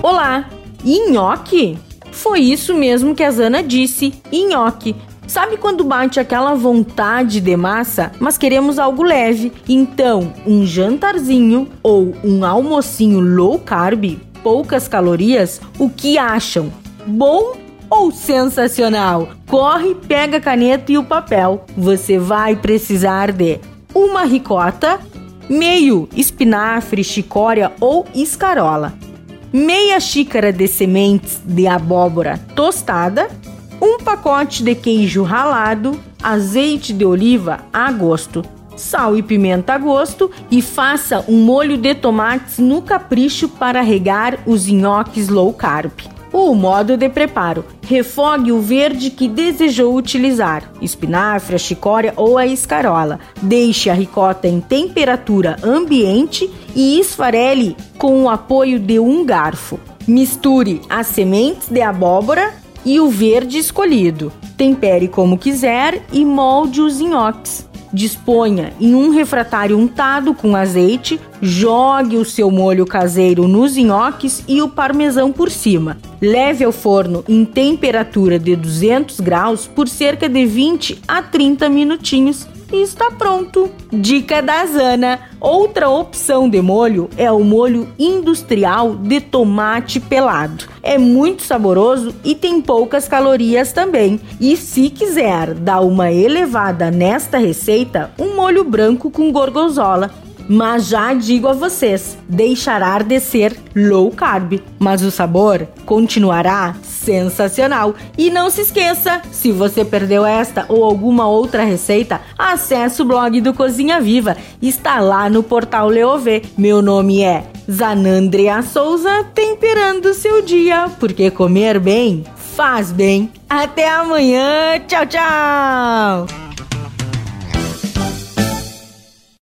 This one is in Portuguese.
Olá, nhoque? Foi isso mesmo que a Zana disse, nhoque. Sabe quando bate aquela vontade de massa, mas queremos algo leve? Então, um jantarzinho ou um almocinho low carb, poucas calorias, o que acham? Bom ou sensacional? Corre, pega a caneta e o papel. Você vai precisar de uma ricota, meio espinafre, chicória ou escarola, meia xícara de sementes de abóbora tostada, um pacote de queijo ralado, azeite de oliva a gosto, sal e pimenta a gosto e faça um molho de tomates no capricho para regar os nhoques low carb. O modo de preparo: refogue o verde que desejou utilizar, espinafre, a chicória ou a escarola. Deixe a ricota em temperatura ambiente e esfarele com o apoio de um garfo. Misture as sementes de abóbora e o verde escolhido. Tempere como quiser e molde os nhoques. Disponha em um refratário untado com azeite, jogue o seu molho caseiro nos nhoques e o parmesão por cima. Leve ao forno em temperatura de 200 graus por cerca de 20 a 30 minutinhos e está pronto. Dica da Zana: outra opção de molho é o molho industrial de tomate pelado. É muito saboroso e tem poucas calorias também. E se quiser dar uma elevada nesta receita, um molho branco com gorgonzola. Mas já digo a vocês, deixará de ser low carb, mas o sabor continuará sensacional. E não se esqueça, se você perdeu esta ou alguma outra receita, acesse o blog do Cozinha Viva, está lá no portal Leovê. Meu nome é Zanandrea Souza, temperando seu dia, porque comer bem faz bem. Até amanhã, tchau, tchau!